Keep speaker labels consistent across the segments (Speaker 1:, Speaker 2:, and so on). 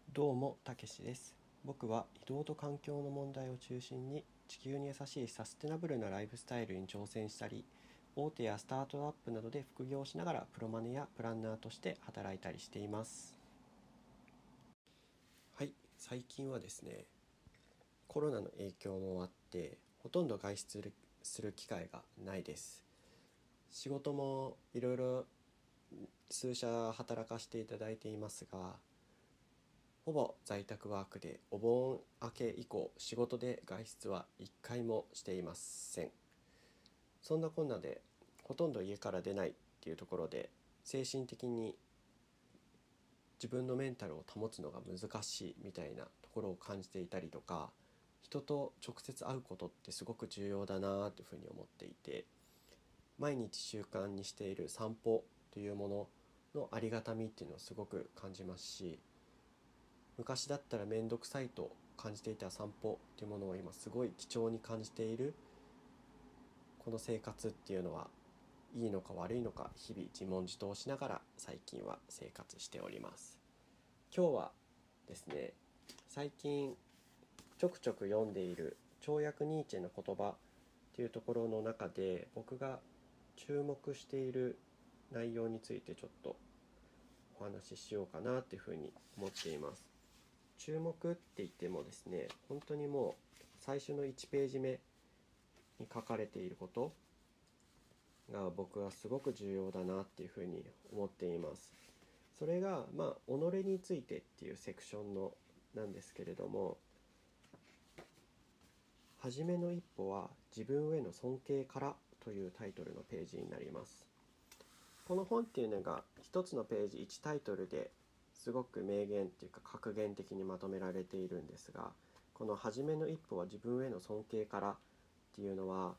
Speaker 1: どうも、たけしです。僕は移動と環境の問題を中心に地球に優しいサステナブルなライフスタイルに挑戦したり、大手やスタートアップなどで副業しながらプロマネやプランナーとして働いたりしています。はい、最近はですね、コロナの影響もあってほとんど外出する機会がないです。仕事もいろいろ数社働かせていただいていますが、ほぼ在宅ワークでお盆明け以降仕事で外出は一回もしていません。そんなこんなでほとんど家から出ないっていうところで、精神的に自分のメンタルを保つのが難しいみたいなところを感じていたりとか、人と直接会うことってすごく重要だなというふうに思っていて、毎日習慣にしている散歩というもののありがたみっていうのをすごく感じますし、昔だったら面倒くさいと感じていた散歩っていうものを今すごい貴重に感じている。この生活っていうのはいいのか悪いのか日々自問自答しながら最近は生活しております。今日はですね、最近ちょくちょく読んでいる跳躍ニーチェの言葉っていうところの中で、僕が注目している内容についてちょっとお話ししようかなっていうふうに思っています。注目って言ってもですね、本当にもう最初の1ページ目に書かれていることが僕はすごく重要だなっていうふうに思っています。それが己についてっていうセクションのなんですけれども、初めの一歩は自分への尊敬からというタイトルのページになります。この本っていうのが一つのページ1タイトルですごく名言っていうか格言的にまとめられているんですが、この初めの一歩は自分への尊敬からっていうのは、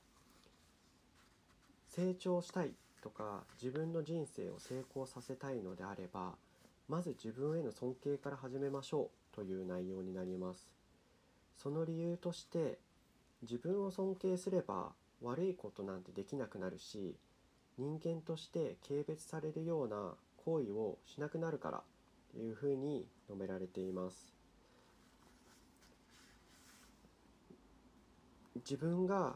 Speaker 1: 成長したいとか自分の人生を成功させたいのであれば、まず自分への尊敬から始めましょうという内容になります。その理由として、自分を尊敬すれば悪いことなんてできなくなるし、人間として軽蔑されるような行為をしなくなるからというふうに述べられています。自分が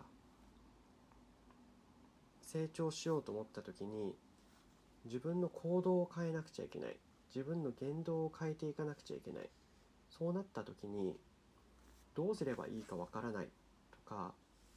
Speaker 1: 成長しようと思った時に、自分の行動を変えなくちゃいけない、自分の言動を変えていかなくちゃいけない。そうなった時にどうすればいいかわからないとか、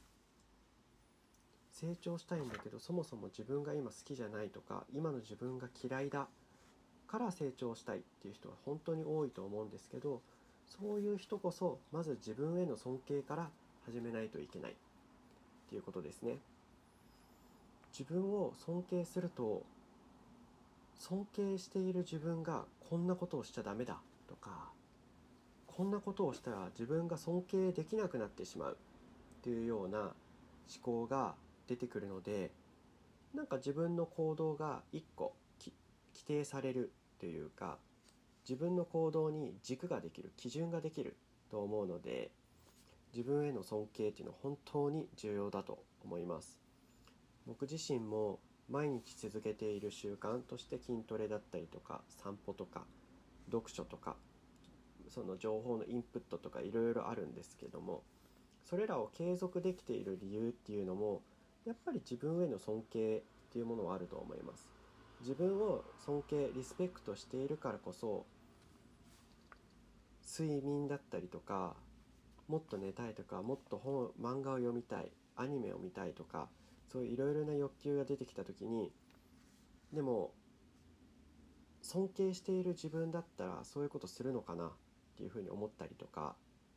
Speaker 1: 成長したいんだけどそもそも自分が今好きじゃないとか、今の自分が嫌いだから成長したいっていう人は本当に多いと思うんですけど、そういう人こそまず自分への尊敬から始めないといけないっていうことですね。自分を尊敬すると、尊敬している自分がこんなことをしちゃダメだとか、こんなことをしたら自分が尊敬できなくなってしまうっていうような思考が出てくるので、なんか自分の行動が一個規定されるというか、自分の行動に軸ができる、基準ができると思うので、自分への尊敬っていうのは本当に重要だと思います。僕自身も毎日続けている習慣として筋トレだったりとか散歩とか読書とか、その情報のインプットとかいろいろあるんですけども、それらを継続できている理由っていうのも、やっぱり自分への尊敬っていうものはあると思います。自分を尊敬リスペクトしているからこそ、睡眠だったりとか、もっと寝たいとか、もっと漫画を読みたい、アニメを見たいとか、そういういろいろな欲求が出てきた時に、でも尊敬している自分だったらそういうことするのかなっていうふうに思ったりとか、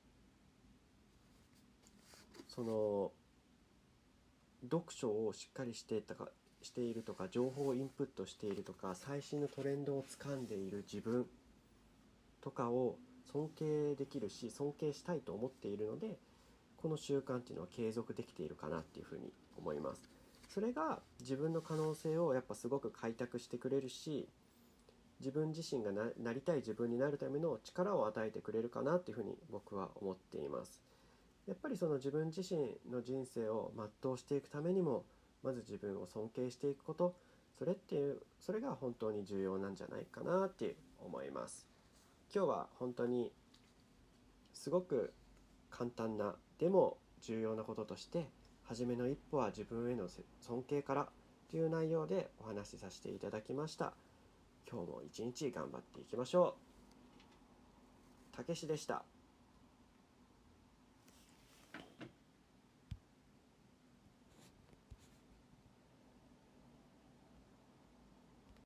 Speaker 1: その読書をしっかりしているとか、情報をインプットしているとか、最新のトレンドをつかんでいる自分とかを尊敬できるし、尊敬したいと思っているので、この習慣っていうのは継続できているかなっていうふうに思います。それが自分の可能性をやっぱすごく開拓してくれるし、自分自身がなりたい自分になるための力を与えてくれるかなっていうふうに僕は思っています。やっぱりその自分自身の人生を全うしていくためにも、まず自分を尊敬していくこと、それが本当に重要なんじゃないかなって思います。 今日は本当にすごく簡単なでも重要なこととして、初めの一歩は自分への尊敬からという内容でお話しさせていただきました。今日も一日頑張っていきましょう。たけしでした。